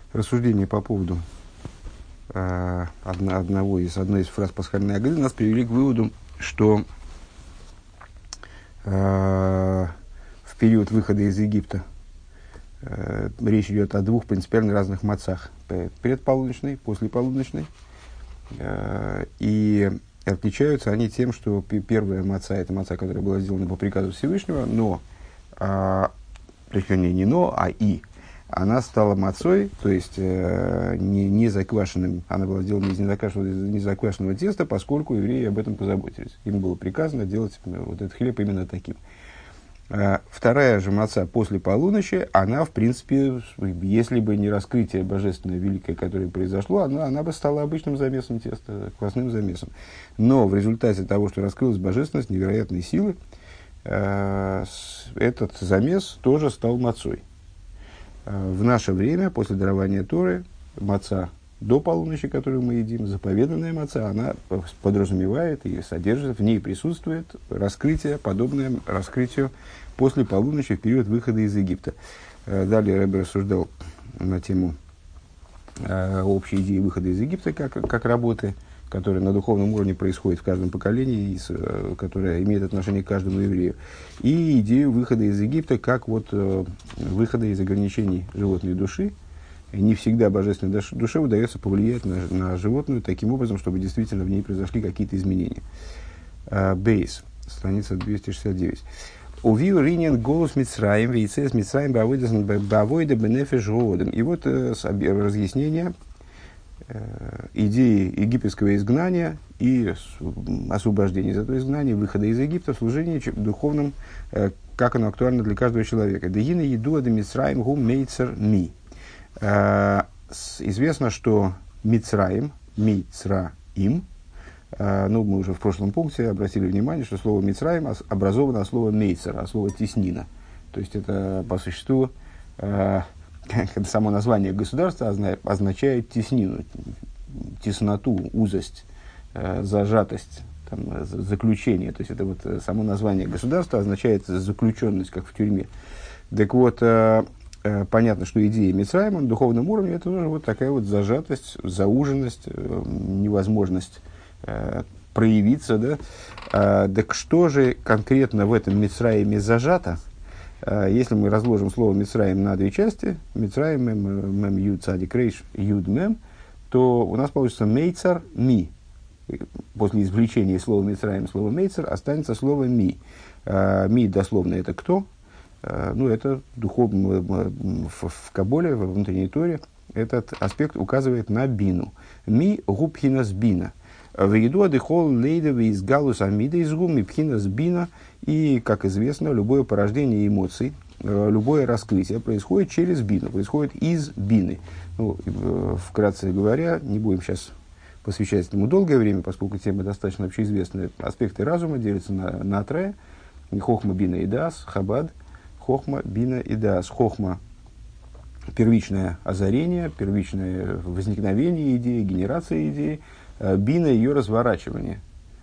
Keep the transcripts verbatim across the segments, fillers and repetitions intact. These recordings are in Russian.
рассуждения по поводу э, одно, одного из, одной из фраз пасхальной Агады нас привели к выводу, что э, в период выхода из Египта э, речь идет о двух принципиально разных мацах. Предполуночной, послеполуночной. Э, и отличаются они тем, что первая маца – это маца, которая была сделана по приказу Всевышнего, но, а, то есть, не, не но, а и, она стала мацой, то есть э, не, не заквашенным, она была сделана из незаквашенного, из незаквашенного теста, поскольку евреи об этом позаботились. Им было приказано делать вот этот хлеб именно таким. А, вторая же маца после полуночи, она, в принципе, если бы не раскрытие божественное великое, которое произошло, она, она бы стала обычным замесом теста, квасным замесом. Но в результате того, что раскрылась божественность невероятной силы, э, этот замес тоже стал мацой. Э, в наше время, после дарования Торы, маца до полуночи, которую мы едим, заповеданная маца, она подразумевает и содержит, в ней присутствует раскрытие, подобное раскрытию после полуночи в период выхода из Египта. Э, далее Ребе рассуждал на тему э, общей идеи выхода из Египта, как, как работы, которая на духовном уровне происходит в каждом поколении, и, э, которая имеет отношение к каждому еврею, и идею выхода из Египта как вот, э, выхода из ограничений животной души. И не всегда божественной душе удается повлиять на, на животную таким образом, чтобы действительно в ней произошли какие-то изменения. Бейс, страница двести шестьдесят девять. Увил ринен голос Мицраим, вейцес Мицраим бавойда бенефеш родом. И вот э, разъяснение э, идеи египетского изгнания и освобождения из этого изгнания, выхода из Египта, служения духовным, э, как оно актуально для каждого человека. Дегина еду да Мицраим гум мейцер ми. Uh, известно, что Мицраим, Мицраим, uh, ну, мы уже в прошлом пункте обратили внимание, что слово Мицраим образовано от слова мейцер, от слова теснина. То есть это по существу uh, само название государства озна- означает теснину, тесноту, узость, uh, зажатость, там, заключение. То есть это вот само название государства означает заключенность, как в тюрьме. Так вот, uh, понятно, что идея Мицраима на духовном уровне это уже вот такая вот зажатость, зауженность, невозможность э, проявиться, да. А, так что же конкретно в этом Мицраиме зажато? А, если мы разложим слово Мицраим на две части, Мицраим, мем, мем, юд, цадик, рейш, юд, мем, то у нас получится мейцар, ми. После извлечения слова Мицраим, слова мейцар, останется слово ми. А, ми дословно это кто? Ну, это духовно, в, в Каболе, во внутренней Торе, этот аспект указывает на бину. Ми губхинас бина. В еду адыхол лейдове из галус амида из гуми пхинас бина. И, как известно, любое порождение эмоций, любое раскрытие происходит через бину, происходит из бины. Ну, вкратце говоря, не будем сейчас посвящать этому долгое время, поскольку тема достаточно общеизвестная. Аспекты разума делятся на, на трое. Хохма, бина и дас, хабад. Хохма, бина и даас. Хохма – первичное озарение, первичное возникновение идеи, генерация идеи. Бина – ее разворачивание,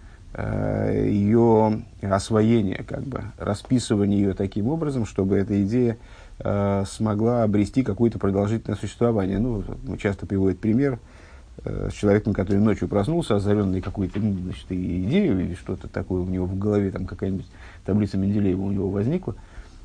ее освоение, как бы, расписывание ее таким образом, чтобы эта идея смогла обрести какое-то продолжительное существование. Ну, часто приводит пример с человеком, который ночью проснулся, озаренный какой-то, ну, значит, идеей или что-то такое у него в голове, там какая-нибудь таблица Менделеева у него возникла.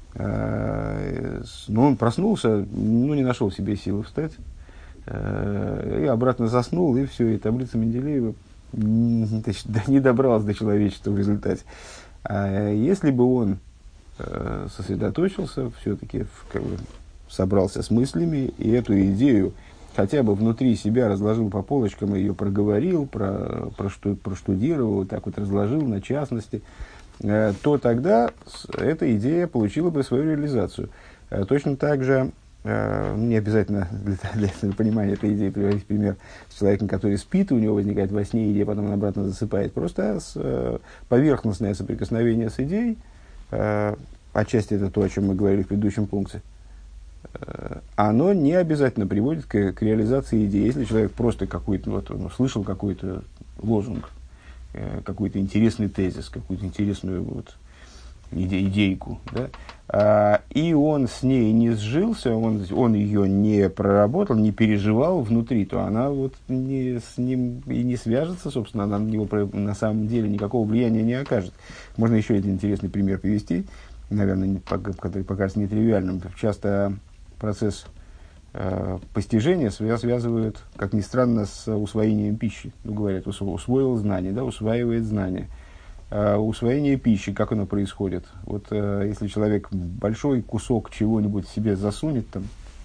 Но он проснулся, ну, не нашел в себе силы встать, и обратно заснул, и все, и таблица Менделеева не добралась до человечества в результате. А если бы он сосредоточился, все-таки как бы собрался с мыслями, и эту идею хотя бы внутри себя разложил по полочкам, ее проговорил, про, прошту, проштудировал, так вот разложил на частности, то тогда эта идея получила бы свою реализацию. Точно так же, не обязательно для, для, для понимания этой идеи приводить пример с человеком, который спит, у него возникает во сне идея, потом он обратно засыпает. Просто с, поверхностное соприкосновение с идеей, отчасти это то, о чем мы говорили в предыдущем пункте, оно не обязательно приводит к, к реализации идеи. Если человек просто какой-то, вот, он услышал какой-то лозунг, какой-то интересный тезис, какую-то интересную вот, иде, идейку, да, а, и он с ней не сжился, он, он ее не проработал, не переживал внутри, то она вот не, с ним и не свяжется, собственно, она на него на самом деле никакого влияния не окажет. Можно еще один интересный пример привести, наверное, который покажется нетривиальным. Часто процесс э, постижения связывают, как ни странно, с усвоением пищи. Ну, говорят, усвоил знание, да, усваивает знание. Uh, усвоение пищи, как оно происходит. Вот uh, если человек большой кусок чего-нибудь себе засунет там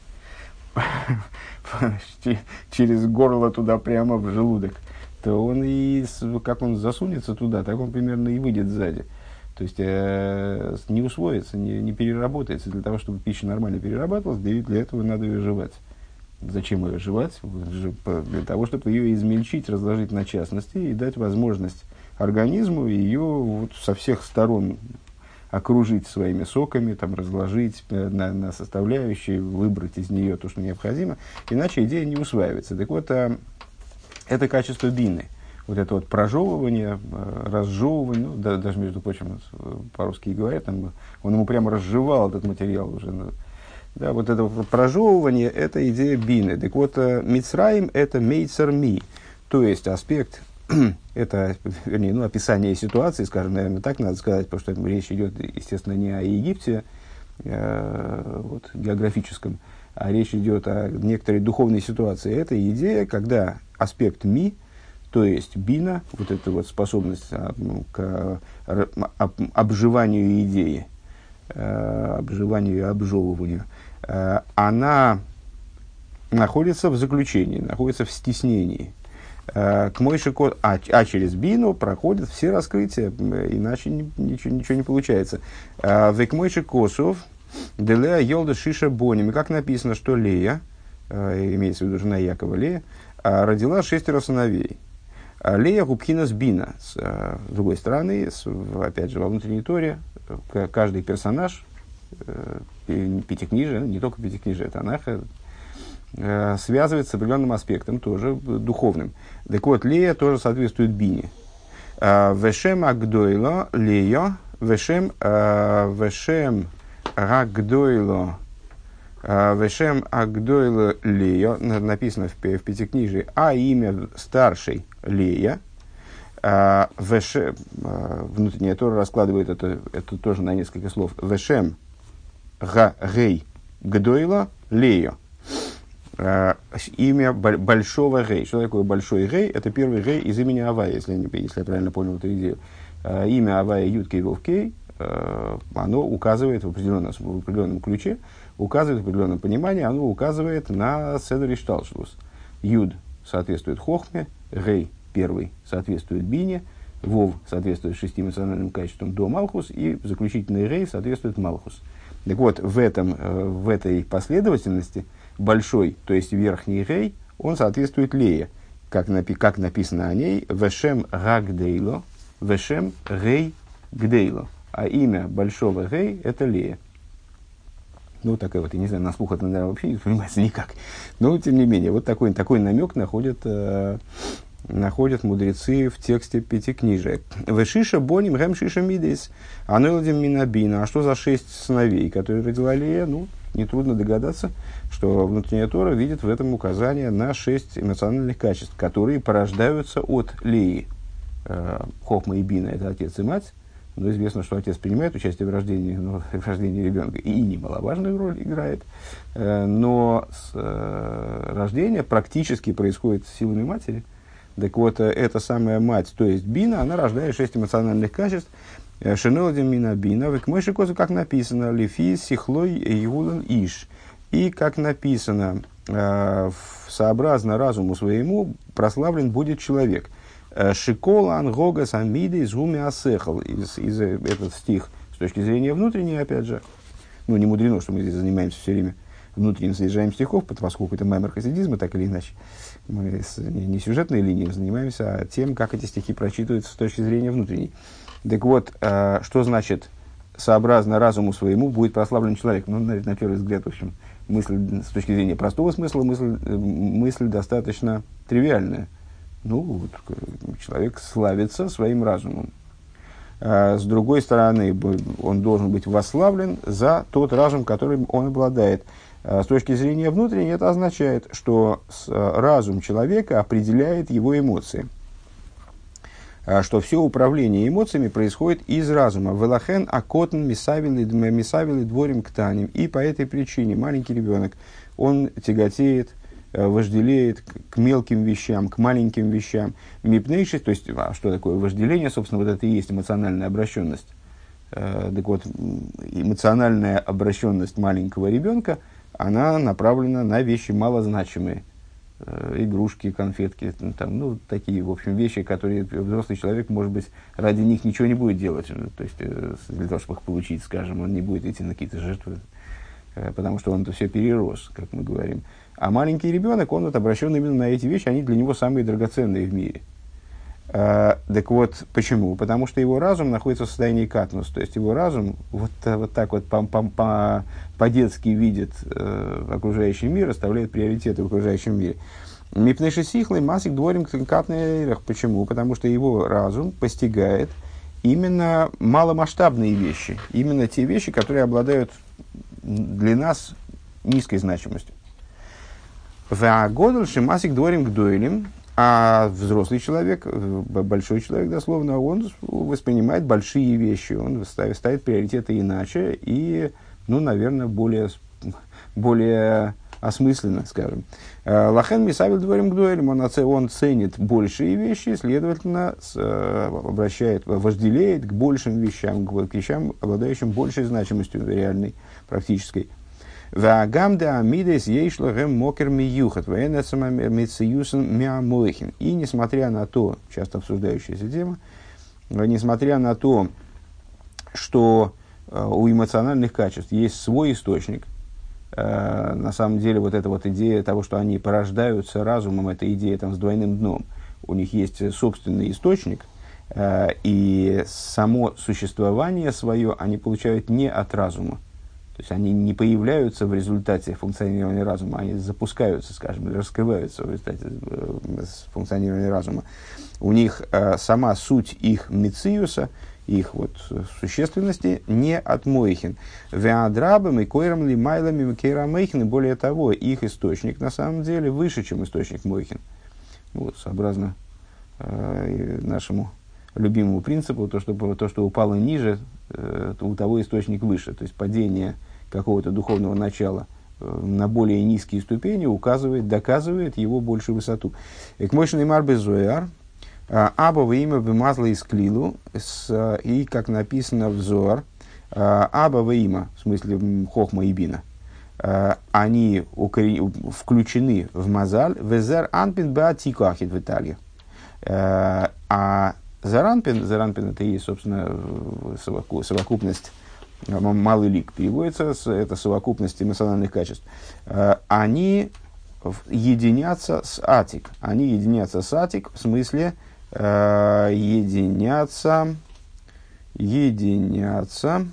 через горло туда прямо в желудок, то он и, как он засунется туда, так он примерно и выйдет сзади. То есть uh, не усвоится, не, не переработается. Для того, чтобы пища нормально перерабатывалась, для этого надо ее жевать. Зачем ее жевать? Для того, чтобы ее измельчить, разложить на частности и дать возможность организму ее вот со всех сторон окружить своими соками, там, разложить на, на составляющие, выбрать из нее то, что необходимо, иначе идея не усваивается. Так вот, а, это качество бины, вот это вот прожевывание, разжевывание, ну, да, даже, между прочим, по-русски говорят, там, он ему прямо разжевал этот материал уже. Да, вот это прожевывание – это идея бины. Так вот, Мицраим – это мейцер ми, то есть аспект. Это, вернее, ну, описание ситуации, скажем, наверное, так надо сказать, потому что речь идет, естественно, не о Египте э, вот, географическом, а речь идет о некоторой духовной ситуации. Это идея, когда аспект ми, то есть бина, вот эта вот способность а, ну, к об, обживанию идеи, э, обживанию и обжевыванию, э, она находится в заключении, находится в стеснении. К Мойше Косов, а, а через бину проходят все раскрытия, иначе ни, ничего, ничего не получается. Век Мойше Косов, Делея Йолда Шиша Боним. И как написано, что Лея, имеется в виду жена Якова Лея, родила шестеро сыновей. Лея Губхинас Бина. С другой стороны, с, опять же, во внутренней Торе, каждый персонаж пятикнижия, не только пятикнижия, Танаха, связывает с определенным аспектом, тоже духовным. Так вот, Лея тоже соответствует бине. Вешем агдойло Лея, вешем вешем агдойло вешем агдойло Лея, написано в, в пятикнижии, а имя старшей Лея. Вешем, внутренняя Тора раскладывает это, это тоже на несколько слов. Вешем га гей гдойло Лея. Uh, имя большого Рей. Что такое большой Рей? Это первый Рей из имени Авая, если, если я правильно понял эту идею. Uh, имя Авая Юд-Кей Вов-Кей, uh, оно указывает в определенном, в определенном ключе, указывает в определенном понимании, оно указывает на Седер и Шталшелус. Юд соответствует Хохме, Рей первый соответствует Бине, Вов соответствует шести эмоциональным качествам до Малхус, и заключительный Рей соответствует Малхус. Так вот, в, этом, в этой последовательности большой, то есть верхний Рей, он соответствует Лее, как, напи- как написано о ней, Вешем Рагдейло, Вешем Рей Гдейло. А имя большого Рей – это Лея. Ну, такая вот, я не знаю, на слух это, наверное, вообще не понимается никак. Но, тем не менее, вот такой, такой намек находят, э, находят мудрецы в тексте Пятикнижия. Вешиша Боним Гэм Шиша Мидейс, Анойладим Минабина. А что за шесть сыновей, которые родила Лея? Ну, нетрудно догадаться, что внутренняя Тора видит в этом указание на шесть эмоциональных качеств, которые порождаются от Леи. Хохма и Бина – это отец и мать, но известно, что отец принимает участие в рождении, ну, в рождении ребенка и немаловажную роль играет, но рождение практически происходит силами матери. Так вот, эта самая мать, то есть Бина, она рождает шесть эмоциональных качеств. Шенолдим Мина Бина, век Мойше Косов, как написано, Лифи Сихлой Юлан Иш. И, как написано, э, сообразно разуму своему прославлен будет человек. Шикола ангога самиды из гуми асехал. Из, из, этот стих с точки зрения внутренней, опять же, ну, не мудрено, что мы здесь занимаемся все время внутренним содержанием стихов, поскольку это маймер хасидизма, так или иначе. Мы с, не, не сюжетной линией занимаемся, а тем, как эти стихи прочитываются с точки зрения внутренней. Так вот, э, что значит сообразно разуму своему будет прославлен человек? Ну, на, на первый взгляд, в общем, мысль с точки зрения простого смысла, мысль, мысль достаточно тривиальная. Ну, вот, человек славится своим разумом. С другой стороны, он должен быть восславлен за тот разум, которым он обладает. С точки зрения внутренней, это означает, что разум человека определяет его эмоции. Что все управление эмоциями происходит из разума. «Велахен акотн мисавили дворим ктаним». И по этой причине маленький ребенок, он тяготеет, вожделеет к мелким вещам, к маленьким вещам. Мипнейши, то есть, а что такое вожделение? Собственно, вот это и есть эмоциональная обращенность. Так вот, эмоциональная обращенность маленького ребенка, она направлена на вещи малозначимые. Игрушки, конфетки, там, ну, такие, в общем, вещи, которые взрослый человек, может быть, ради них ничего не будет делать. То есть, для того, чтобы их получить, скажем, он не будет идти на какие-то жертвы, потому что он это все перерос, как мы говорим. А маленький ребенок, он вот обращен именно на эти вещи, они для него самые драгоценные в мире. А, так вот, почему? Потому что его разум находится в состоянии катнус, то есть его разум вот, вот так вот по, по, по, по-детски видит э, окружающий мир, оставляет приоритеты в окружающем мире. Мипнеши сихлый масик дворим катнерах. Почему? Потому что его разум постигает именно маломасштабные вещи, именно те вещи, которые обладают для нас низкой значимостью. Ваагодл шимасик дворим гдойлем. А взрослый человек, большой человек дословно, он воспринимает большие вещи, он ставит, ставит приоритеты иначе и, ну, наверное, более, более осмысленно, скажем. Лахен мисавиль дворим гдойлем, он, он ценит большие вещи, следовательно, с, обращает, вожделеет к большим вещам, к вещам, обладающим большей значимостью реальной, практической. И несмотря на то, часто обсуждающаяся тема, несмотря на то, что у эмоциональных качеств есть свой источник, на самом деле вот эта вот идея того, что они порождаются разумом, эта идея там, с двойным дном, у них есть собственный источник, и само существование свое они получают не от разума. То есть они не появляются в результате функционирования разума, они запускаются, скажем, или раскрываются в результате функционирования разума. У них э, сама суть их мециуса, их вот, существенности не от моихин. Веадрабам и койрам ли майлами кейрамейхин, и более того, их источник на самом деле выше, чем источник моихин. Вот, сообразно э, нашему любимому принципу, то что, то, что упало ниже, э, у того источник выше. То есть падение какого-то духовного начала э, на более низкие ступени указывает, доказывает его большую высоту. Экмойшин и марбе зояр, аба во имя вымазла из клилу, и как написано в зоар, аба во имя, в смысле хохма и бина, они включены в мазаль, везер анпин беатикахит в Италии. А Заранпин, заранпин это и есть, собственно, совокупность, малый лик переводится, это совокупность эмоциональных качеств. Они единятся с атик. Они единятся с атик в смысле единятся, единятся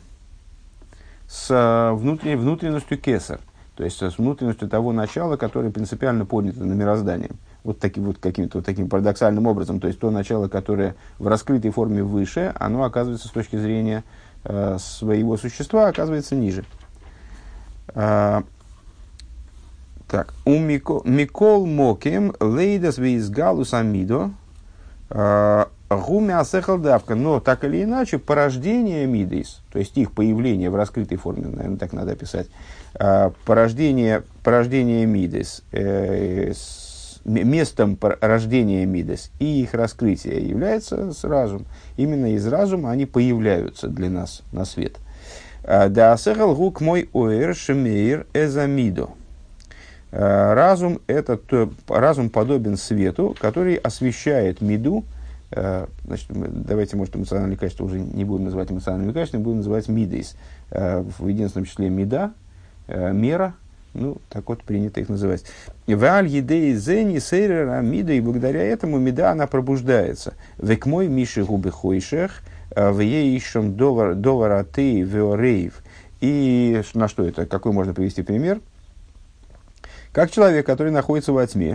с внутренней, внутренностью кесар, то есть с внутренностью того начала, которое принципиально поднято на мирозданием. Вот таким, вот каким-то вот таким парадоксальным образом. То есть то начало, которое в раскрытой форме выше, оно оказывается с точки зрения э, своего существа, оказывается ниже. А, так. У Микол Моким Лейдас Вейсгалус Амидо Гуми Асехал Давка. Но так или иначе, порождение Мидейс, то есть их появление в раскрытой форме, наверное, так надо описать, порождение, порождение Мидейс, э, местом рождения Мидас и их раскрытия является с разум. Именно из разума они появляются для нас на свет. Да асехал гук мой оэр шемейр эзамидо. Разум это то, разум подобен свету, который освещает миду. Значит, мы, давайте, может, эмоциональные качества уже не будем называть эмоциональными качествами, будем называть мидейс. В единственном числе мида, мера. Ну, так вот принято их называть. Вааль едей зени сейрера мида, и благодаря этому мида она пробуждается. Век мой миши губы хойшех, в ей ищем доваратей веорейв. И на что это? Какой можно привести пример? Как человек, который находится во тьме,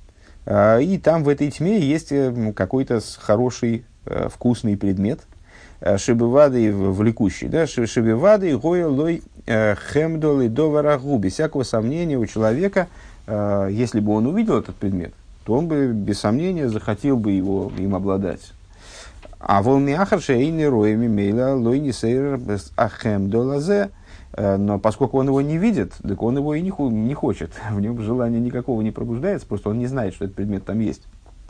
и там в этой тьме есть какой-то хороший, вкусный предмет. шибывады влекущий, да, шибывады гоя лой хемдол и доварагу. Без всякого сомнения у человека, если бы он увидел этот предмет, то он бы без сомнения захотел бы его, им обладать. А волмиахар шейни роями мейла лой не сейр ахемдолазе. Но поскольку он его не видит, так он его и не, ху- не хочет. В нем желания никакого не пробуждается, просто он не знает, что этот предмет там есть.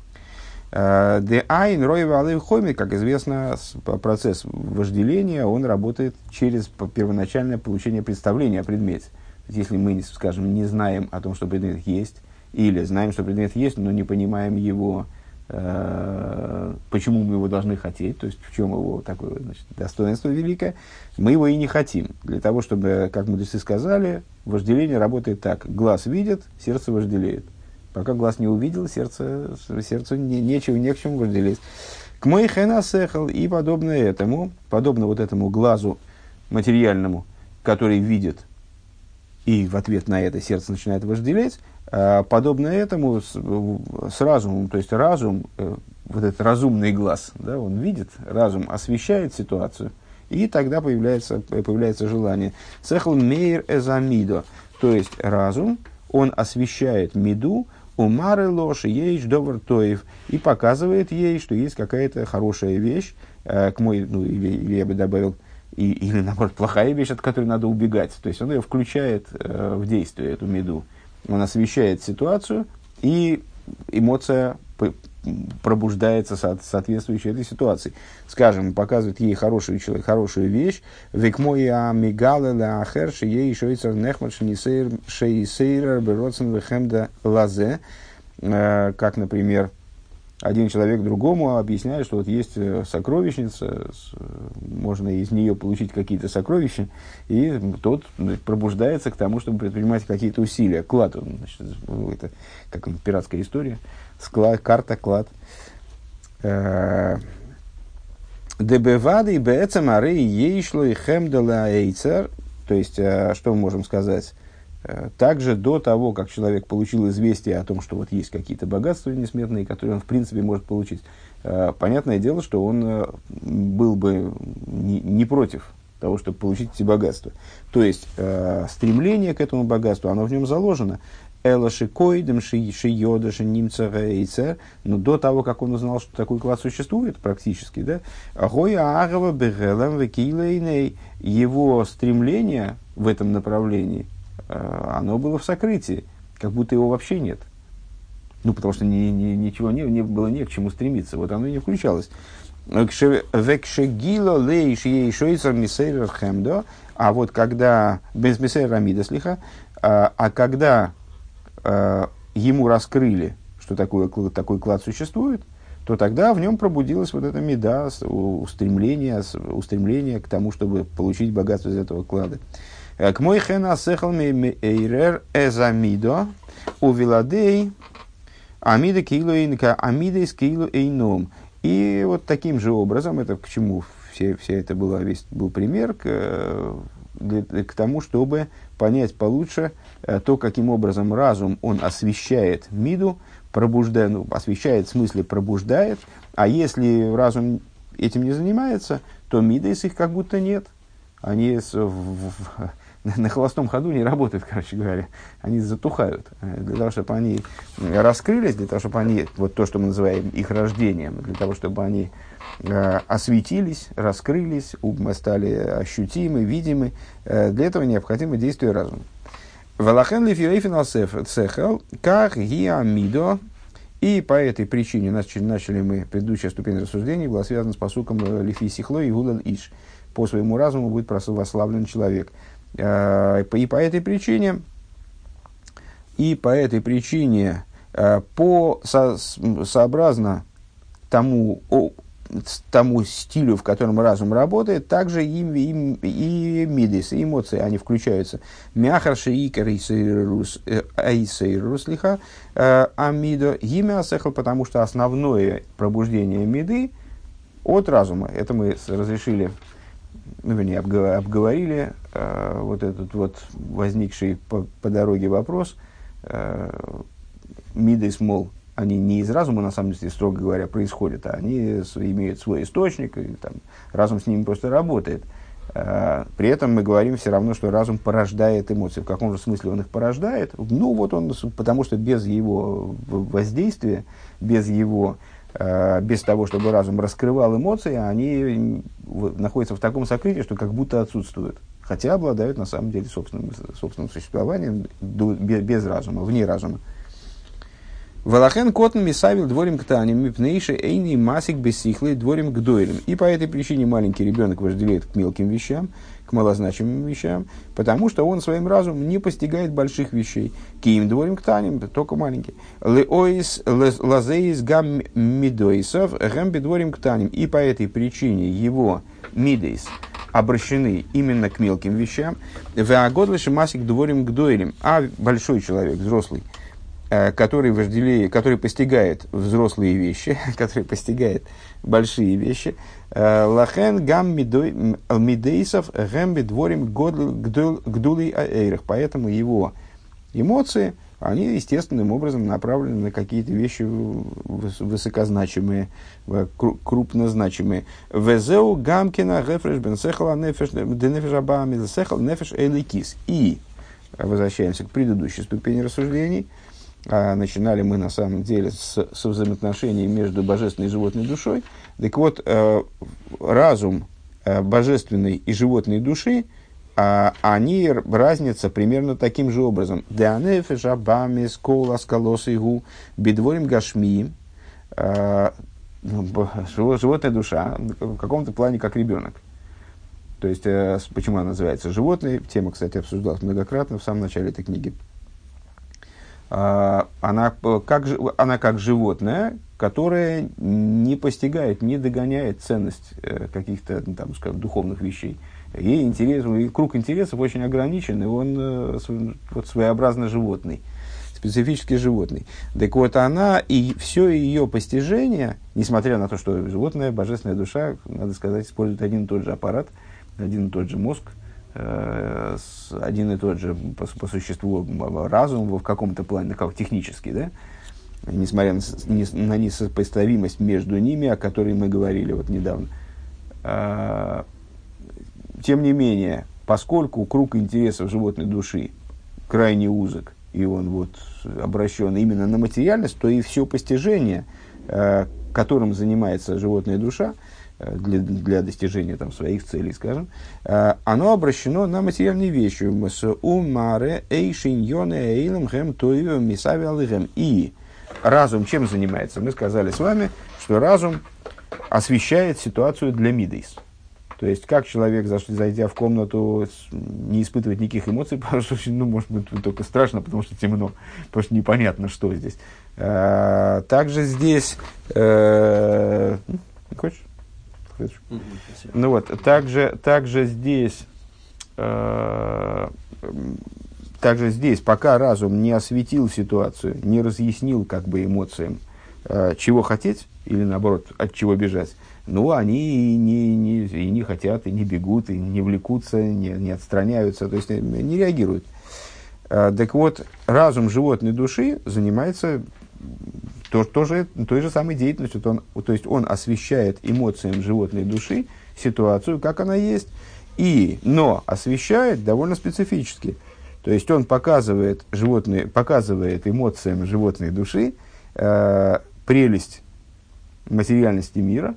Де айн роева алейх хоми, как известно, процесс вожделения, он работает через первоначальное получение представления о предмете. Если мы, скажем, не знаем о том, что предмет есть, или знаем, что предмет есть, но не понимаем его, э, почему мы его должны хотеть, то есть в чем его такое, значит, достоинство великое, мы его и не хотим. Для того, чтобы, как мудрецы сказали, вожделение работает так. Глаз видит, сердце вожделеет. Пока глаз не увидел, сердце, сердцу не, нечего, не к чему вожделеть. К мой хэна сэхал, и подобно этому, подобно вот этому глазу материальному, который видит, и в ответ на это сердце начинает вожделеть, подобно этому с, с разумом, то есть разум, вот этот разумный глаз, да, он видит, разум освещает ситуацию, и тогда появляется, появляется желание. Сэхал мейр эзамидо, то есть разум, он освещает миду, умары лоши, ейш довар тоев, и показывает ей, что есть какая-то хорошая вещь, э, к мой, ну, или, или я бы добавил, и, или наоборот, плохая вещь, от которой надо убегать. То есть он ее включает э, в действие, эту миду. Он освещает ситуацию, и эмоция п- пробуждается со- соответствующей этой ситуации. Скажем, показывает ей хорошую, человек, хорошую вещь, векмоя мигале ахерши ей шойцер нехмат шейсейр бероцен вехемда лазе, как, например, один человек другому объясняет, что вот есть сокровищница, можно из нее получить какие-то сокровища, и тот пробуждается к тому, чтобы предпринимать какие-то усилия. Клад, значит, это как пиратская история, склад, карта, клад. Дебевады и бээцамары ейшло и хемдала эйцер. То есть, что мы можем сказать? Также до того, как человек получил известие о том, что вот есть какие-то богатства несметные, которые он в принципе может получить, понятное дело, что он был бы не, не против того, чтобы получить эти богатства. То есть стремление к этому богатству, оно в нем заложено. Элашикоидем шиёдаши немцерейцер, но до того, как он узнал, что такой клад существует, практически, да, гоя агава бегелам векилейней, его стремление в этом направлении, оно было в сокрытии, как будто его вообще нет. Ну, потому что ни, ни, ничего не, не было не к чему стремиться. Вот оно и не включалось. А вот когда, без мисейр рамида слиха, а когда а, ему раскрыли, что такое, такой клад существует, то тогда в нем пробудилась вот эта мида, устремление, устремление к тому, чтобы получить богатство из этого клада. К мой хена сехалми эйрер эзамидо у виладей амида кило инка амида из кило эйном. И вот таким же образом, это к чему все, все это было, весь был пример, к, для, к тому, чтобы понять получше то, каким образом разум, он освещает миду, пробуждает, ну, освещает в смысле пробуждает, а если разум этим не занимается, то мидас их как будто нет. Они в, в, на холостом ходу не работают, короче говоря. Они затухают. Для того, чтобы они раскрылись, для того, чтобы они, вот то, что мы называем их рождением, для того, чтобы они э, осветились, раскрылись, стали ощутимы, видимы, э, для этого необходимо действие разума. Валахен лифьюэйфин цехал, как гиамидо. И по этой причине начали, начали мы предыдущая ступень рассуждений, была связана с посуком лифи сихло и гулан иш. По своему разуму будет прославлен человек. И по этой причине, и по этой причине, по, со, сообразно тому, о, тому стилю, в котором разум работает, также и, и, и мидис, и эмоции, они включаются. Мяхарши икар айсейрус лиха амидо гимя асехал, потому что основное пробуждение миды от разума. Это мы разрешили, ну, вернее, обговорили э, вот этот вот возникший по, по дороге вопрос. Э, Мидейс, мол, они не из разума, на самом деле, строго говоря, происходят, а они с, имеют свой источник, и там, разум с ними просто работает. А, при этом мы говорим все равно, что разум порождает эмоции. В каком же смысле он их порождает? Ну, вот он, потому что без его воздействия, без его, а, без того, чтобы разум раскрывал эмоции, они в, находятся в таком сокрытии, что как будто отсутствуют. Хотя обладают на самом деле собственным, собственным существованием без, без разума, вне разума. Валахен котн мисавил дворим ктаним мипнейши эйни масик бессихлый дворим гдойлем. И по этой причине маленький ребенок вожделеет к мелким вещам, к малозначимым вещам, потому что он своим разумом не постигает больших вещей. Киим дворим ктаним, только маленький. Леоис лазеис гам мидоисов гамби дворим ктаним. И по этой причине его мидейс обращены именно к мелким вещам. Веагодлыши масик дворим гдойлем. А большой человек, взрослый, который вожделеет, который постигает взрослые вещи, который постигает большие вещи. Лахен гам мидейсов гэмби дворим гдулей аэйрах. Поэтому его эмоции, они естественным образом направлены на какие-то вещи высокозначимые, крупнозначимые. Везеу гамкина гефреш бен сехала нефеш денефеш аба мидсехал нефеш эликис. И возвращаемся к предыдущей ступени рассуждений. А начинали мы на самом деле с, со взаимоотношений между божественной и животной душой. Так вот, э, разум э, божественной и животной души, э, они разнятся примерно таким же образом. Животная душа в каком-то плане как ребенок. То есть, э, почему она называется животной? Тема, кстати, обсуждалась многократно в самом начале этой книги. Она как, она как животное, которое не постигает, не догоняет ценность каких-то, там, скажем, духовных вещей. Ей интерес, круг интересов очень ограничен, и он вот, своеобразно животный, специфически животный. Так вот, она и все ее постижение, несмотря на то, что животное, божественная душа, надо сказать, использует один и тот же аппарат, один и тот же мозг, один и тот же по, по существу разум в каком-то плане, как технически, да? Несмотря на, на несопоставимость между ними, о которой мы говорили вот недавно. А, тем не менее, поскольку круг интересов животной души крайне узок, и он вот обращен именно на материальность, то и все постижение, а, которым занимается животная душа, Для, для достижения там, своих целей, скажем, э, оно обращено на материальные вещи. И разум чем занимается? Мы сказали с вами, что разум освещает ситуацию для мидейс. То есть, как человек, зайдя в комнату, не испытывает никаких эмоций, потому что, ну, может быть, только страшно, потому что темно, потому что непонятно, что здесь. Э, также здесь... Э, хочешь? Mm-hmm, ну вот, также, также здесь, э, также здесь, пока разум не осветил ситуацию, не разъяснил как бы эмоциям, э, чего хотеть или наоборот от чего бежать, ну они и не, не, и не хотят, и не бегут, и не влекутся, не, не отстраняются, то есть не реагируют. Э, так вот, разум животной души занимается То, тоже, той же самой деятельностью, то, он, то есть он освещает эмоциям животной души ситуацию, как она есть, и, но освещает довольно специфически. То есть он показывает, животные, показывает эмоциям животной души э, прелесть материальности мира,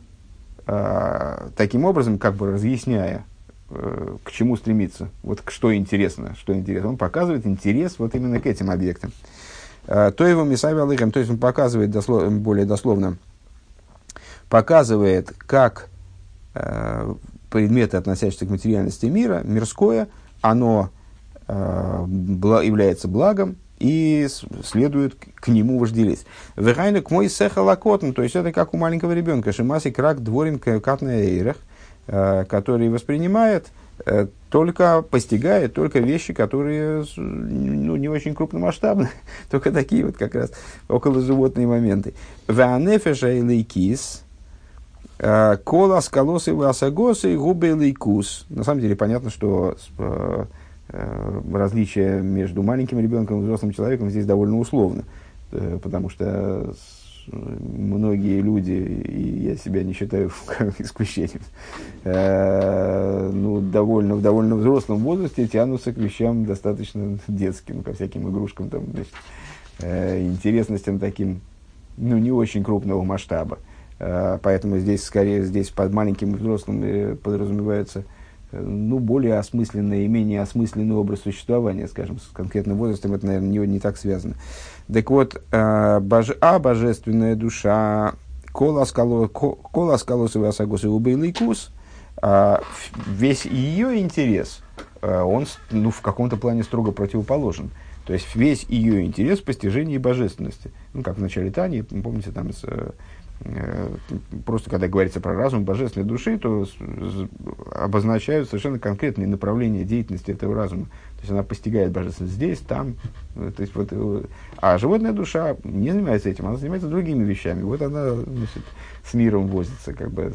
э, таким образом, как бы разъясняя, э, к чему стремиться, вот что интересно, что интересно. Он показывает интерес вот именно к этим объектам. То его мисави алыхем, то есть он показывает, дослов, более дословно, показывает, как э, предметы, относящиеся к материальности мира, мирское, оно э, бла, является благом и с, следует к, к нему вожделеть. Вехайну к мой сехалакотн, то есть это как у маленького ребенка, шимаси крак дворим катный эйрах, э, который воспринимает, э, только постигает только вещи, которые ну, не очень крупномасштабны, только такие вот как раз околоживотные моменты. Веанефеша и лейкис, кола скалосы и васагосы, губы и лейкус. На самом деле понятно, что различие между маленьким ребенком и взрослым человеком здесь довольно условно. потому что многие люди, и я себя не считаю исключением, ну, довольно, в довольно взрослом возрасте тянутся к вещам достаточно детским, ко всяким игрушкам, там, значит, интересностям таким, ну, не очень крупного масштаба. Поэтому здесь, скорее, здесь под маленьким и взрослым подразумевается, ну, более осмысленный и менее осмысленный образ существования, скажем, с конкретным возрастом это, наверное, не, не так связано. Так вот, а, боже, а божественная душа, кола скалосовый асагосовый убейликус, весь ее интерес, а, он, ну, в каком-то плане строго противоположен. То есть, весь ее интерес в постижении божественности. Ну, как в начале Тани, помните, там, с, просто когда говорится про разум божественной души, то обозначают совершенно конкретные направления деятельности этого разума. То есть она постигает божественность здесь, там. То есть вот, а животная душа не занимается этим, она занимается другими вещами. Вот она, значит, с миром возится, как бы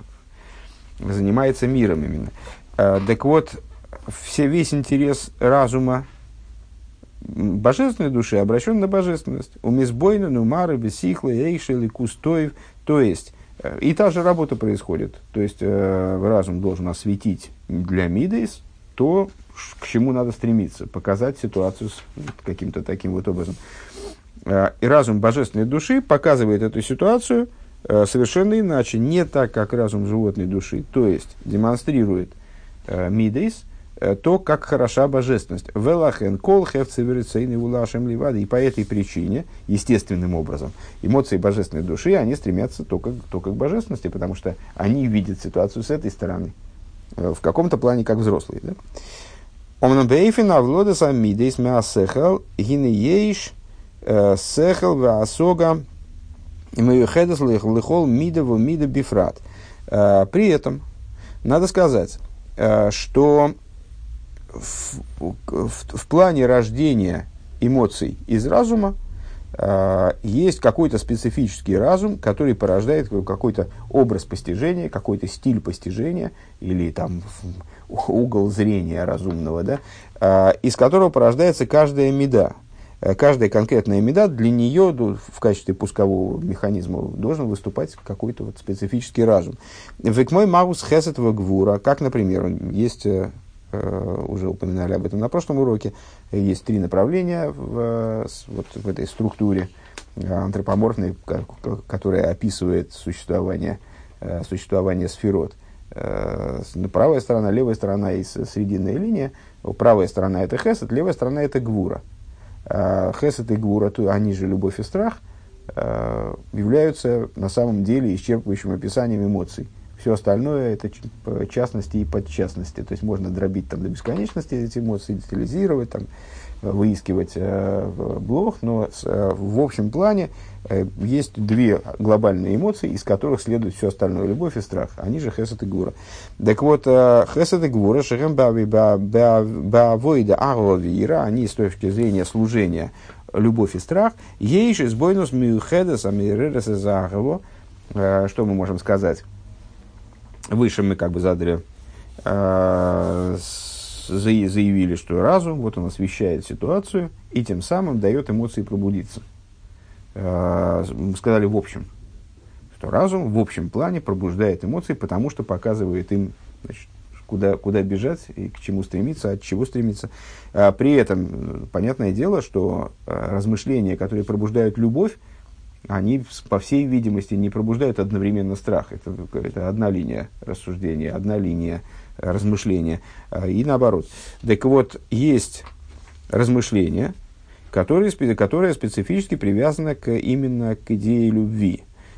занимается миром именно. Так вот, все, весь интерес разума божественной души обращен на божественность. У мисбойна, нумары, бесихла, эйшели, кустоев. То есть, и та же работа происходит. То есть, э, разум должен осветить для мидейс то, к чему надо стремиться, показать ситуацию с каким-то таким вот образом. Э, и разум божественной души показывает эту ситуацию э, совершенно иначе, не так, как разум животной души. То есть, демонстрирует э, мидейс, то, как хороша божественность. Велахен кол хевцеверицейный улашем ливады. И по этой причине, естественным образом, эмоции божественной души, они стремятся только, только к божественности, потому что они видят ситуацию с этой стороны. В каком-то плане, как взрослые. Омнам бейфин авлода самидейс мясехал гинееш сехал ваасога имеюхедес лихол мидову мида бифрат. При этом надо сказать, что В, в, в плане рождения эмоций из разума э, есть какой-то специфический разум, который порождает какой-то образ постижения, какой-то стиль постижения или там угол зрения разумного, да, э, из которого порождается каждая мида. Каждая конкретная мида, для нее в качестве пускового механизма должен выступать какой-то вот специфический разум. Векмой магус хесетова гвура, как, например, есть... уже упоминали об этом на прошлом уроке, есть три направления в, вот, в этой структуре антропоморфной, которая описывает существование, существование сферот. Правая сторона, левая сторона и срединная линия. Правая сторона – это хесед, левая сторона – это гвура. Хесед и гвура, они же любовь и страх, являются на самом деле исчерпывающим описанием эмоций. Все остальное – это частности и подчастности. То есть, можно дробить там, до бесконечности эти эмоции, детализировать, там, выискивать э, блох, но с, э, в общем плане э, есть две глобальные эмоции, из которых следует все остальное – любовь и страх. Они же хесед и гвура. Так вот, э, хесед и гвура, шехем баавойда агавира, они с точки зрения служения любовь и страх, ейш из бойнус миухедес амиререс из агаво. Что мы можем сказать? Выше мы как бы задали, э, заявили, что разум, вот он освещает ситуацию и тем самым дает эмоции пробудиться. Э, мы сказали в общем, что разум в общем плане пробуждает эмоции, потому что показывает им, значит, куда, куда бежать и к чему стремиться, от чего стремиться. Э, при этом, понятное дело, что э, размышления, которые пробуждают любовь, они, по всей видимости, не пробуждают одновременно страх. Это, это одна линия рассуждения, одна линия размышления. И наоборот. Так вот, есть размышление, которое, которое специфически привязано к, именно к идее любви.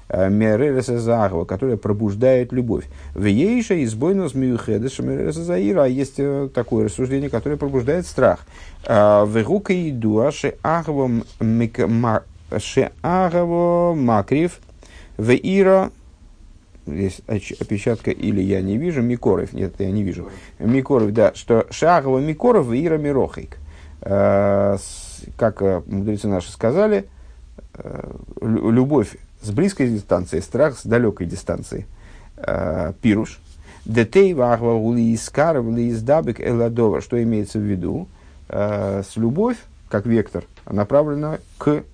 Которое пробуждает любовь. Вейша избойнос миухедеш мересазаира. Есть такое рассуждение, которое пробуждает страх. Вегука идуаши ахвом микма Шеагаво Макрив Веира. Здесь опечатка или я не вижу. Микоров. Нет, я не вижу. Микоров, да. Что Шеагаво Микоров Веира Мирохик. Как мудрецы наши сказали, любовь с близкой дистанции, страх с далекой дистанции. Пируш. Детей вахва улиискар влииздабек эладова. Что имеется в виду? С любовь, как вектор, направлена к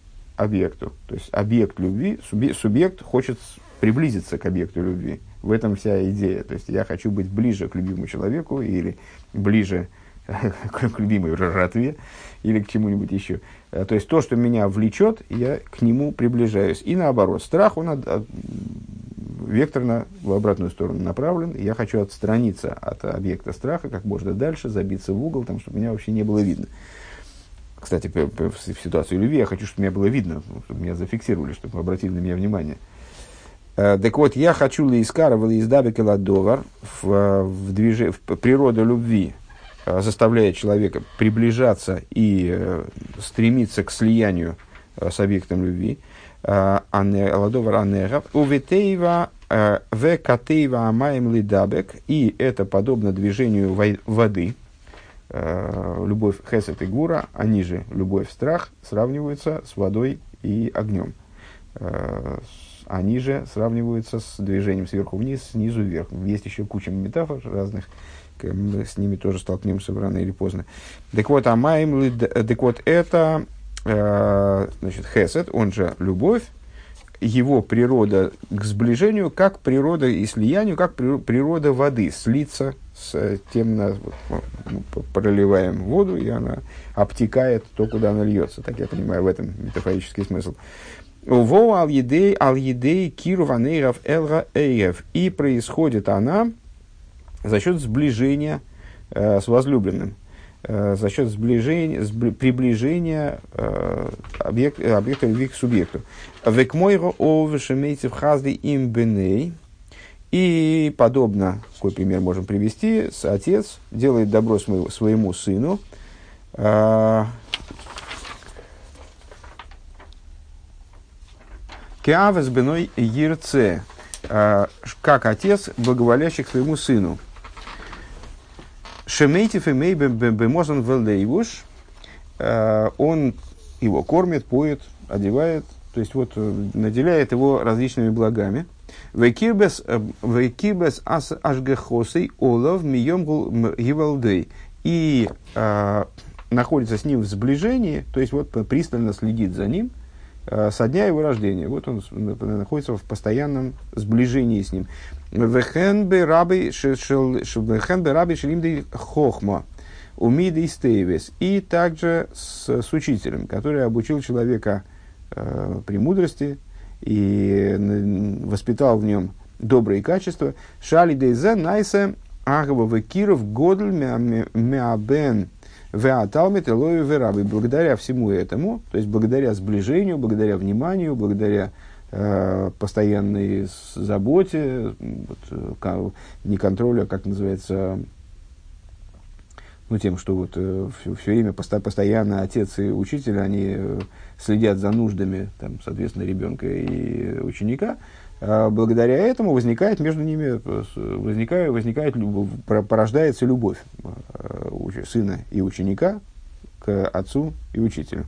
объекту. То есть объект любви, субъект, субъект хочет приблизиться к объекту любви. В этом вся идея. То есть я хочу быть ближе к любимому человеку или ближе к любимой жратве или к чему-нибудь еще. То есть то, что меня влечет, я к нему приближаюсь. И наоборот, страх, он от, от, векторно в обратную сторону направлен. Я хочу отстраниться от объекта страха как можно дальше, забиться в угол, там, чтобы меня вообще не было видно. Кстати, в ситуации любви я хочу, чтобы меня было видно, чтобы меня зафиксировали, чтобы обратили на меня внимание. Так вот, я хочу лаискара лаиздабека ладовар в, в, движ... в природа любви заставляет человека приближаться и э, стремиться к слиянию э, с объектом любви. Ладовар анерав увитеева векатеева амаем лидабек, и это подобно движению воды. Любовь хесед и гура, они же любовь, страх, сравниваются с водой и огнем. Они же сравниваются с движением сверху вниз, снизу вверх. Есть еще куча метафор разных, мы с ними тоже столкнемся рано или поздно. Так вот, амаим, так вот это, значит, хесед, он же любовь, его природа к сближению, как природа и слиянию, как природа воды, слиться с тем, на, вот, проливаем воду, и она обтекает то, куда она льется. Так я понимаю, в этом метафорический смысл. Во ал-едей ал-едей киру ванейров элра эйев. И происходит она за счет сближения э, с возлюбленным, э, за счет сближения, сбли, приближения э, объект, объекта любви к субъекту. Векмойро овешемейцев хазды им беней. И подобно, какой пример можем привести, отец делает добро своему, своему сыну, э, Кеавес беной ерце, как отец, благоволящий к своему сыну. Шемейтив и мей бемозан велдейвуш, он его кормит, поет, одевает, то есть вот наделяет его различными благами. Векирбес ас ашгехосей олов мием гивалдей, и находится с ним в сближении, то есть вот пристально следит за ним со дня его рождения. Вот он находится в постоянном сближении с ним. Вехен бе раби шелимдей хохма умидей стейвес. И также с, с учителем, который обучил человека э, премудрости и воспитал в нем добрые качества. Шали дейзе найсе агава векиров годль меабен. Благодаря всему этому, то есть благодаря сближению, благодаря вниманию, благодаря э, постоянной заботе, вот, к, не контролю, а как называется, ну, тем, что вот, э, все, все время посто, постоянно отец и учитель, они э, следят за нуждами, там, соответственно, ребенка и ученика. Благодаря этому возникает между ними, возникает, возникает любовь, порождается любовь сына и ученика к отцу и учителю.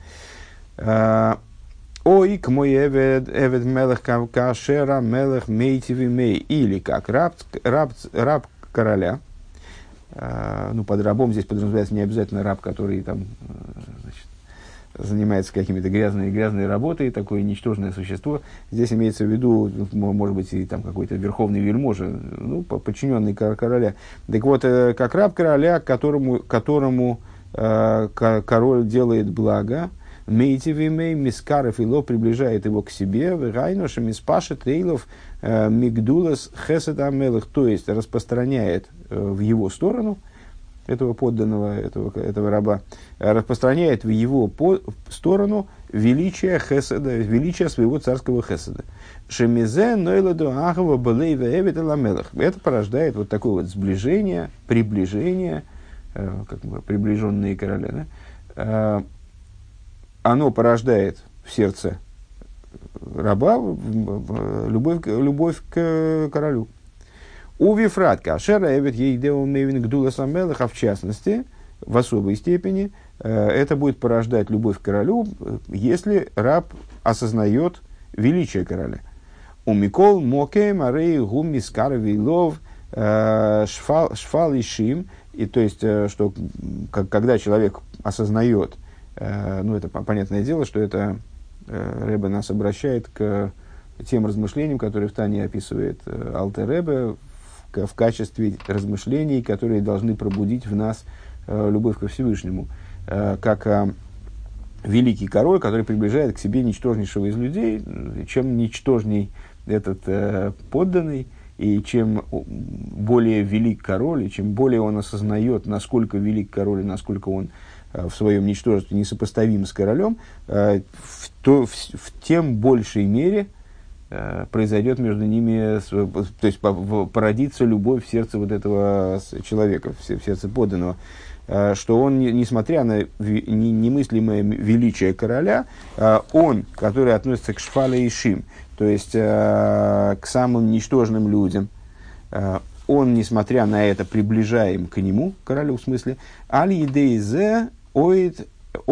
Ой, к мой эвед, эвед мелех кашера мелех мейтиви мей. Или как раб, раб, раб короля. Ну, под рабом здесь подразумевается не обязательно раб, который там, значит, занимается какими-то грязной, грязной работой, такое ничтожное существо. Здесь имеется в виду, может быть, и там какой-то верховный вельможа, ну, подчиненный короля. Так вот, как раб короля, которому, которому э, король делает благо, мейтивимей мискаров ило приближает его к себе, вегайноша миспашет рейлов мигдулас хесед амелых, то есть распространяет э, в его сторону, этого подданного, этого, этого раба, распространяет в его по, сторону величие хеседа, величие своего царского хеседа. Шемизе нойладу ахова балейва эвид эламелах. Это порождает вот такое вот сближение, приближение, э, как бы приближенные короля, да? э, оно порождает в сердце раба любовь, любовь к королю. У Вифратка, Ашера Эвет Ейдеу Мейвин Гдула Самелах, а в частности, в особой степени, э, это будет порождать любовь к королю, если раб осознает величие короля. У Микол Моке Марей Гум Мискар Вейлов Шфал Ишим, и то есть, что как, когда человек осознает, э, ну это понятное дело, что это э, Ребе нас обращает к тем размышлениям, которые в Тане описывает э, Алтер Ребе, в, в качестве размышлений, которые должны пробудить в нас э, любовь ко Всевышнему, э, как э, великий король, который приближает к себе ничтожнейшего из людей. Чем ничтожней этот э, подданный, и чем более велик король, и чем более он осознает, насколько велик король, и насколько он э, в своем ничтожестве несопоставим с королем, э, в, то, в, в тем большей мере э, произойдет между ними, то есть породится любовь в сердце вот этого человека, в сердце подданного. Что он, несмотря на немыслимое величие короля, он, который относится к шфале и шим, то есть к самым ничтожным людям, он, несмотря на это, приближаем к нему, королю в смысле, аль-едейзе оид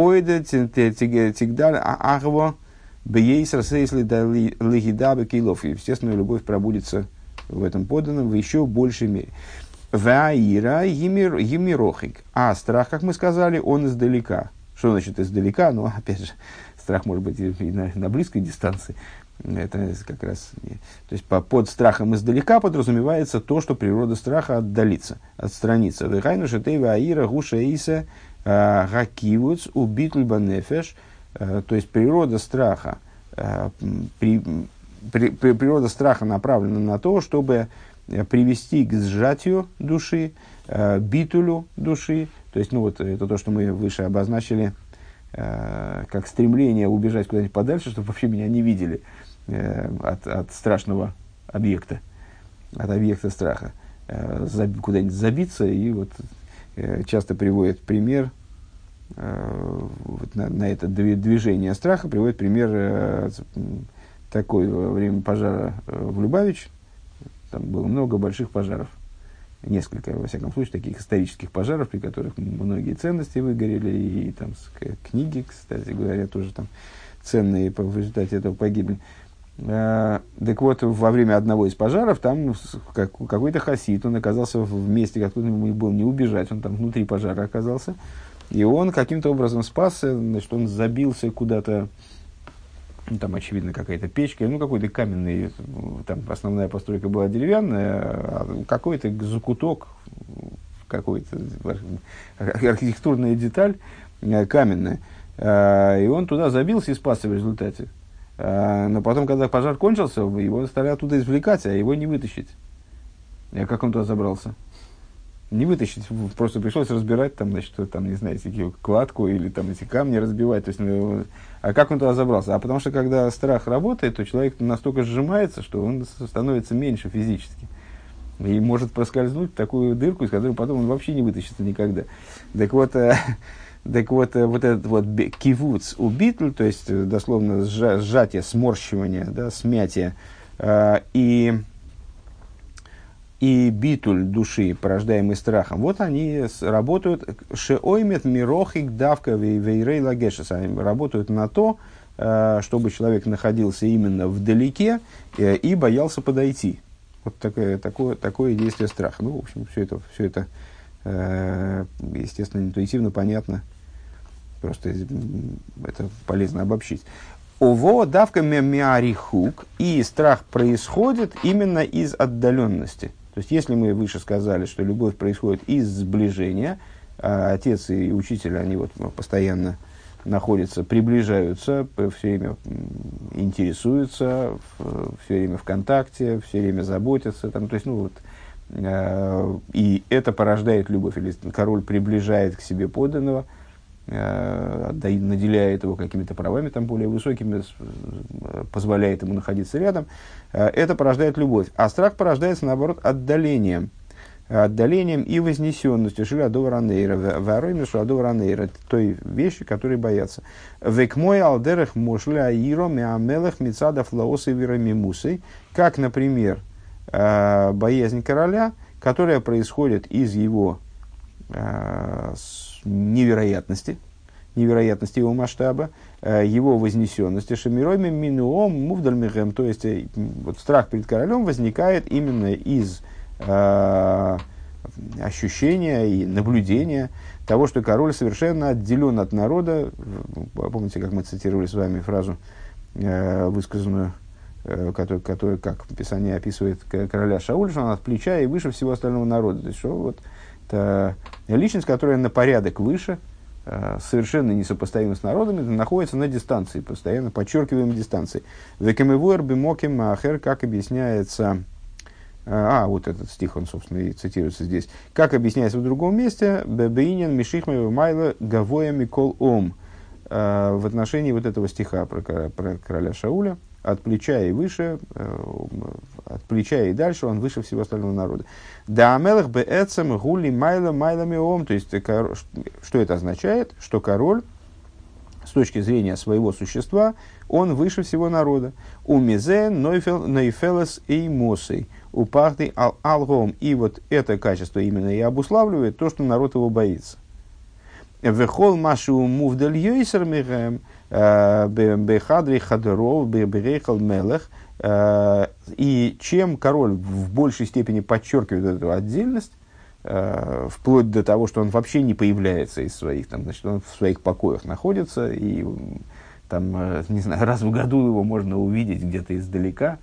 тигдаль ахво бейсер сейсли лихидабе килов. Естественно, любовь пробудится в этом подданном в еще большей мере. Ваира емирохик. А страх, как мы сказали, он издалека. Что значит издалека? Ну, опять же, страх может быть и на, на близкой дистанции. Это как раз... То есть, по, под страхом издалека подразумевается то, что природа страха отдалится, отстранится. Вехайну шетейва аира гуша иса гакивуц убитль банефеш. То есть, природа страха, при, при, природа страха направлена на то, чтобы привести к сжатию души, э, битулю души. То есть, ну вот, это то, что мы выше обозначили, э, как стремление убежать куда-нибудь подальше, чтобы вообще меня не видели э, от, от страшного объекта, от объекта страха. Э, заб, куда-нибудь забиться, и вот э, часто приводит пример, э, вот на, на это движение страха, приводит пример э, такой во время пожара в Любавич. Там было много больших пожаров, несколько, во всяком случае, таких исторических пожаров, при которых многие ценности выгорели, и там книги, кстати говоря, тоже там ценные в результате этого погибли. А, так вот, во время одного из пожаров, там как, какой-то хасид, он оказался в месте, откуда ему было не убежать, он там внутри пожара оказался, и он каким-то образом спасся, значит, он забился куда-то. Ну, там, очевидно, какая-то печка, ну, какой-то каменный, там, основная постройка была деревянная, а какой-то закуток, какой-то архитектурная деталь каменная. И он туда забился и спасся в результате. Но потом, когда пожар кончился, его стали оттуда извлекать, а его не вытащить. И как он туда забрался? Не вытащить, просто пришлось разбирать, там, значит, там, не знаю, эти кладку или там эти камни разбивать. То есть, ну, а как он туда забрался? А потому что, когда страх работает, то человек настолько сжимается, что он становится меньше физически. И может проскользнуть в такую дырку, из которой потом он вообще не вытащится никогда. Так вот, э, так вот, э, вот этот вот кивуц убитл, то есть, дословно, сжа, сжатие, сморщивание, да, смятие, э, и... и битуль души, порождаемый страхом, вот они работают, шеоймет мирохик давка вейрей лагешес, они работают на то, чтобы человек находился именно вдалеке и боялся подойти. Вот такое, такое, такое действие страха. Ну, в общем, все это, все это естественно, интуитивно понятно, просто это полезно обобщить. Ово давка мемиарихук, и страх происходит именно из отдаленности. То есть, если мы выше сказали, что любовь происходит из сближения, а отец и учитель, они вот постоянно находятся, приближаются, все время интересуются, все время в контакте, все время заботятся. Там, то есть, ну, вот, э, и это порождает любовь. Или король приближает к себе подданного, э, наделяет его какими-то правами там, более высокими, позволяет ему находиться рядом. Это порождает любовь. А страх порождается, наоборот, отдалением. Отдалением и вознесенностью. Шиля доваранейра. Варойна шуадоваранейра. Той вещи, которой боятся. Век мой алдерех мошля иро меамелех мицадов лаосы вирамимусой. Как, например, боязнь короля, которая происходит из его невероятности, невероятности его масштаба, его вознесенности, шамироми минуом мувдальмихем, то есть вот страх перед королем возникает именно из э, ощущения и наблюдения того, что король совершенно отделен от народа. Помните, как мы цитировали с вами фразу э, высказанную, э, который, который, как Писание описывает короля Шауля, что он от плеча и выше всего остального народа. То есть, что вот, это личность, которая на порядок выше, э, совершенно несопоставима с народами, находится на дистанции, постоянно подчеркиваем дистанции. «Векемевуэр бимоким маахер», как объясняется... А, вот этот стих, он, собственно, и цитируется здесь. Как объясняется в другом месте, «Бебеинен мишихмев майла гавоя микол ом». В отношении вот этого стиха про, про короля Шауля, от плеча и выше, от плеча и дальше, он выше всего остального народа. «Да амелах беэцем гули майла майла миом». То есть, что это означает? Что король, с точки зрения своего существа, он выше всего народа. «У мизе нойфелес и мосей». Упахты алгом. И вот это качество именно и обуславливает то, что народ его боится. Вехол машу мувдаль йойсер мигем бехадри хадеров бехал мелех. И чем король в большей степени подчеркивает эту отдельность, вплоть до того, что он вообще не появляется из своих, там, значит, он в своих покоях находится, и там, не знаю, раз в году его можно увидеть где-то издалека,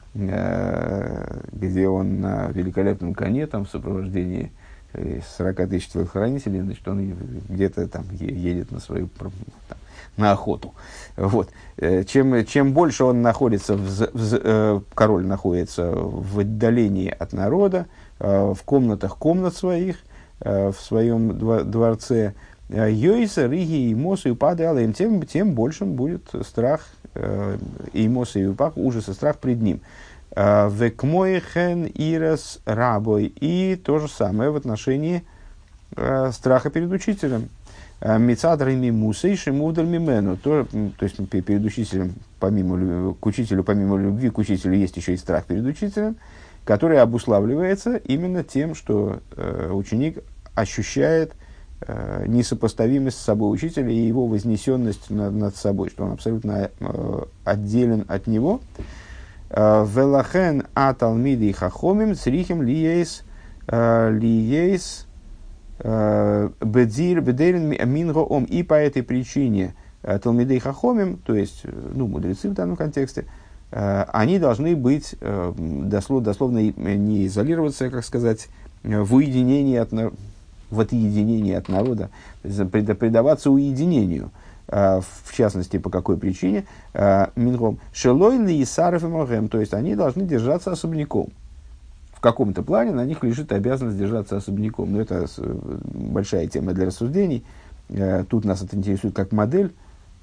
где он на великолепном коне, там, в сопровождении сорок тысяч телохранителей, значит, он где-то там едет на свою, там, на охоту. Вот. Чем, чем больше он находится, в, в, король находится в отдалении от народа, в комнатах комнат своих, в своем дворце, Йойса, Риги, Имоса и Упады, тем, тем большим будет страх Имоса и Упах, ужас и страх пред ним. Векмойхен Ирас Рабой. И то же самое в отношении страха перед учителем. Мицадрами Мусей Шимувдаль Мимену. То есть перед учителем, помимо, к учителю, помимо любви к учителю, есть еще и страх перед учителем, который обуславливается именно тем, что э, ученик ощущает э, несопоставимость с собой учителя и его вознесенность над, над собой, что он абсолютно э, отделен от него. Велахен аталмиди хахомим црихим лиейс лиейс бедир бедерин минго ом. И по этой причине талмидей хахомим, то есть, ну, мудрецы в данном контексте, они должны быть, дословно, дословно не изолироваться, как сказать, в уединении от, в отъединении от народа, предаваться уединению. В частности, по какой причине? Мингом. Шелой ли саров и могем, то есть они должны держаться особняком. В каком-то плане на них лежит обязанность держаться особняком. Но это большая тема для рассуждений. Тут нас это интересует как модель.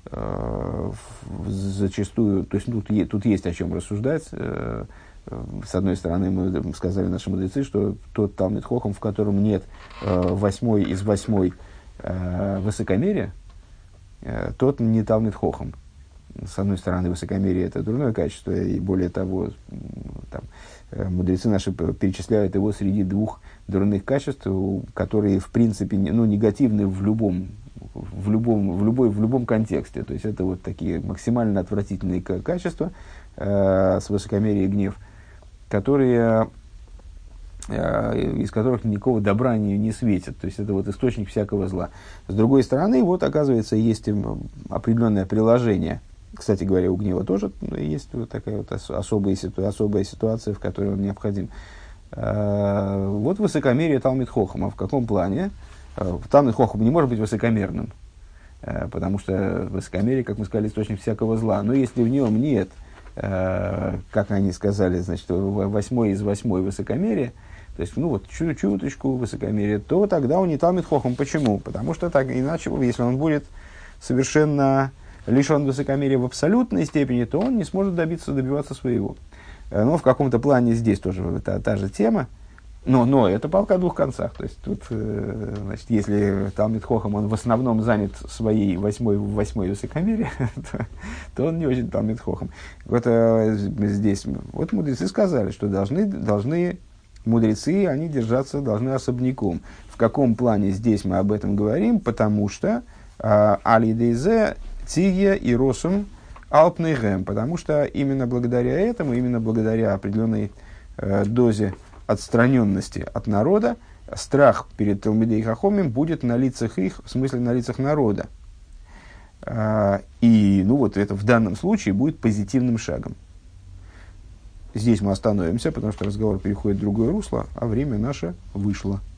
Зачастую, то есть тут, тут есть о чем рассуждать. С одной стороны, мы сказали наши мудрецы, что тот Талмид Хохам, в котором нет восьмой из восьмой высокомерия, тот не Талмид Хохам. С одной стороны, высокомерие – это дурное качество, и более того, там, мудрецы наши перечисляют его среди двух дурных качеств, которые, в принципе, ну, негативны в любом, в, любом, в, любой, в любом контексте. То есть, это вот такие максимально отвратительные качества, э, с высокомерием и гнев, которые, э, из которых никакого добра не, не светит. То есть, это вот источник всякого зла. С другой стороны, вот, оказывается, есть определенное приложение. Кстати говоря, у гнева тоже есть вот такая вот особая, особая ситуация, в которой он необходим. Э, вот высокомерие Талмид Хохама. В каком плане? Э, Талмид Хохам не может быть высокомерным, э, потому что высокомерие, как мы сказали, источник всякого зла. Но если в нем нет, э, как они сказали, значит, восьмой из восьмой высокомерия, то есть, ну вот, чу- чуточку высокомерия, то тогда он не Талмид Хохам. Почему? Потому что так, иначе, если он будет совершенно лишен высокомерия в абсолютной степени, то он не сможет добиться, добиваться своего. Но в каком-то плане здесь тоже та, та же тема. Но, но это палка о двух концах. То есть, тут, значит, если Талмид Хохам, он в основном занят своей восьмой, восьмой высокомерие, то, то он не очень Талмид Хохам. Вот здесь, вот мудрецы сказали, что должны, должны мудрецы, они держаться должны особняком. В каком плане здесь мы об этом говорим? Потому что алидейзе Тигья и Росум Алпнейгэм, потому что именно благодаря этому, именно благодаря определенной э, дозе отстраненности от народа, страх перед Талмидей Хахомим будет на лицах их, в смысле на лицах народа. А, и ну, вот это в данном случае будет позитивным шагом. Здесь мы остановимся, потому что разговор переходит в другое русло, а время наше вышло.